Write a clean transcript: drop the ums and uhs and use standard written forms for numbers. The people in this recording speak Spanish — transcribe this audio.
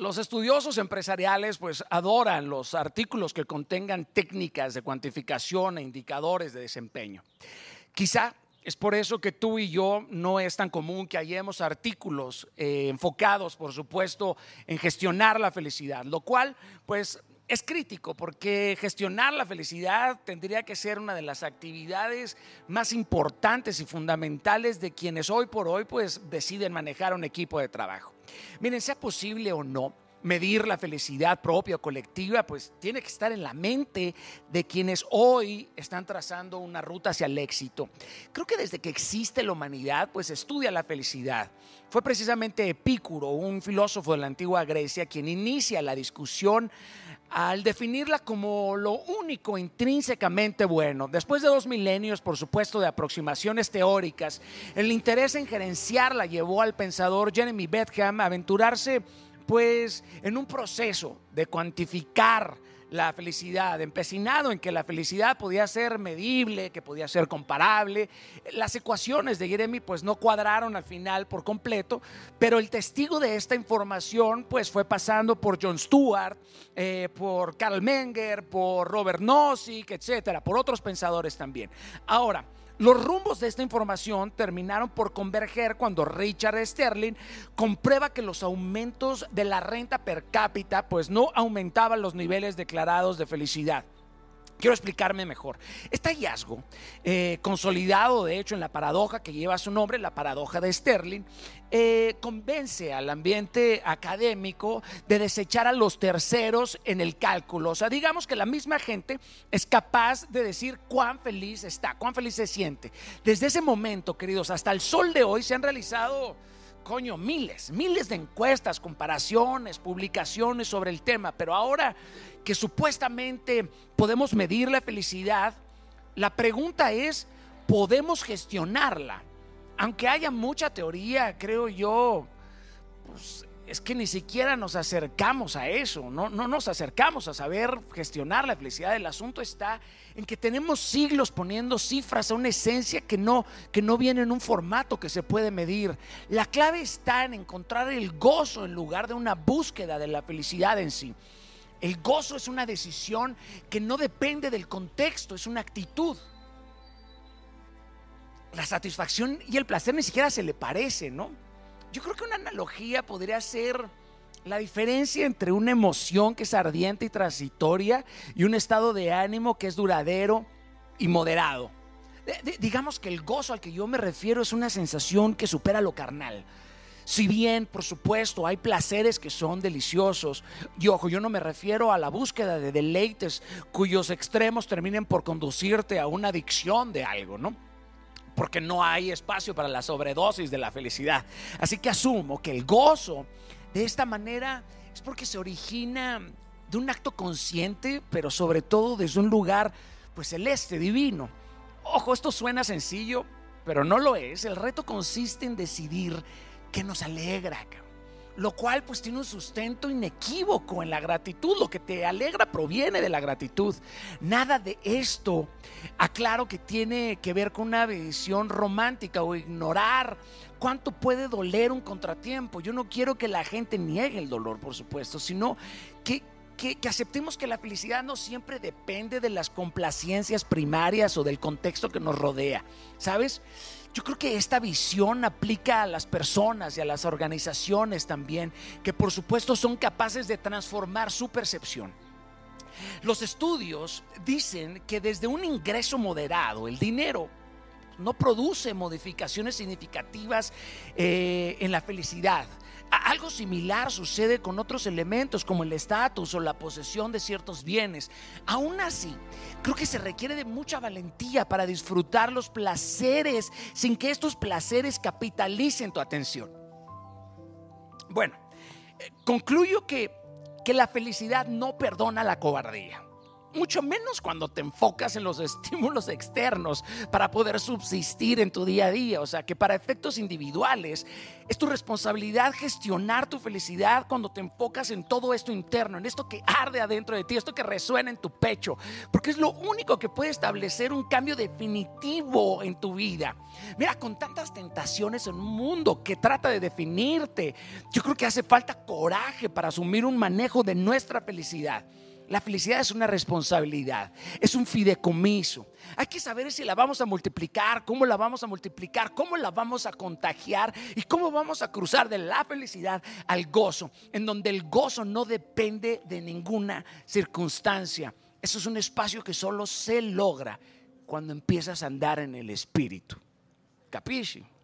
Los estudiosos empresariales pues adoran los artículos que contengan técnicas de cuantificación e indicadores de desempeño. Quizá es por eso que tú y yo no es tan común que hallemos artículos enfocados, por supuesto, en gestionar la felicidad, lo cual pues es crítico porque gestionar la felicidad tendría que ser una de las actividades más importantes y fundamentales de quienes hoy por hoy pues deciden manejar un equipo de trabajo. Miren, sea posible o no, medir la felicidad propia o colectiva pues tiene que estar en la mente de quienes hoy están trazando una ruta hacia el éxito. Creo que desde que existe la humanidad pues estudia la felicidad. Fue precisamente Epicuro, un filósofo de la antigua Grecia, quien inicia la discusión al definirla como lo único intrínsecamente bueno. Después de 2 milenios, por supuesto, de aproximaciones teóricas, el interés en gerenciarla llevó al pensador Jeremy Bentham a aventurarse pues en un proceso de cuantificar la felicidad, empecinado en que la felicidad podía ser medible, que podía ser comparable. Las ecuaciones de Jeremy pues no cuadraron al final por completo, pero el testigo de esta información pues fue pasando por Jon Stewart, por Carl Menger, por Robert Nozick, etcétera, por otros pensadores también. Ahora, los rumbos de esta información terminaron por converger cuando Richard Sterling comprueba que los aumentos de la renta per cápita pues no aumentaban los niveles declarados de felicidad. Quiero explicarme mejor. Este hallazgo, consolidado de hecho en la paradoja que lleva su nombre, la paradoja de Sterling, convence al ambiente académico de desechar a los terceros en el cálculo. O sea, digamos que la misma gente es capaz de decir cuán feliz está, cuán feliz se siente. Desde ese momento, queridos, hasta el sol de hoy se han realizado miles de encuestas, comparaciones, publicaciones sobre el tema, pero ahora que supuestamente podemos medir la felicidad, la pregunta es, ¿podemos gestionarla? Aunque haya mucha teoría, creo yo, pues es que ni siquiera nos acercamos a eso, no nos acercamos a saber gestionar la felicidad. El asunto está en que tenemos siglos poniendo cifras a una esencia que no viene en un formato que se puede medir. La clave está en encontrar el gozo en lugar de una búsqueda de la felicidad en sí. El gozo es una decisión que no depende del contexto, es una actitud. La satisfacción y el placer ni siquiera se le parecen, ¿no? Yo creo que una analogía podría ser la diferencia entre una emoción que es ardiente y transitoria y un estado de ánimo que es duradero y moderado. Digamos que el gozo al que yo me refiero es una sensación que supera lo carnal. Si bien, por supuesto, hay placeres que son deliciosos, y ojo, yo no me refiero a la búsqueda de deleites cuyos extremos terminen por conducirte a una adicción de algo, ¿no? Porque no hay espacio para la sobredosis de la felicidad. Así que asumo que el gozo de esta manera es porque se origina de un acto consciente, pero sobre todo desde un lugar pues celeste, divino. Ojo, esto suena sencillo, pero no lo es. El reto consiste en decidir qué nos alegra, lo cual pues tiene un sustento inequívoco en la gratitud. Lo que te alegra proviene de la gratitud. Nada de esto, aclaro, que tiene que ver con una visión romántica o ignorar cuánto puede doler un contratiempo. Yo no quiero que la gente niegue el dolor, por supuesto, sino que aceptemos que la felicidad no siempre depende de las complacencias primarias o del contexto que nos rodea, ¿sabes? Yo creo que esta visión aplica a las personas y a las organizaciones también, que por supuesto son capaces de transformar su percepción. Los estudios dicen que desde un ingreso moderado, el dinero no produce modificaciones significativas en la felicidad. Algo similar sucede con otros elementos como el estatus o la posesión de ciertos bienes. Aún así, creo que se requiere de mucha valentía para disfrutar los placeres sin que estos placeres capitalicen tu atención. Bueno, concluyo que la felicidad no perdona la cobardía. mucho menos cuando te enfocas en los estímulos externos para poder subsistir en tu día a día. O sea que para efectos individuales es tu responsabilidad gestionar tu felicidad cuando te enfocas en todo esto interno, en esto que arde adentro de ti, esto que resuena en tu pecho, porque es lo único que puede establecer un cambio definitivo en tu vida. Mira, con tantas tentaciones en un mundo que trata de definirte, yo creo que hace falta coraje para asumir un manejo de nuestra felicidad. La felicidad es una responsabilidad, es un fideicomiso. Hay que saber si la vamos a multiplicar, cómo la vamos a multiplicar, cómo la vamos a contagiar y cómo vamos a cruzar de la felicidad al gozo, en donde el gozo no depende de ninguna circunstancia. Eso es un espacio que solo se logra cuando empiezas a andar en el Espíritu. ¿Capisci?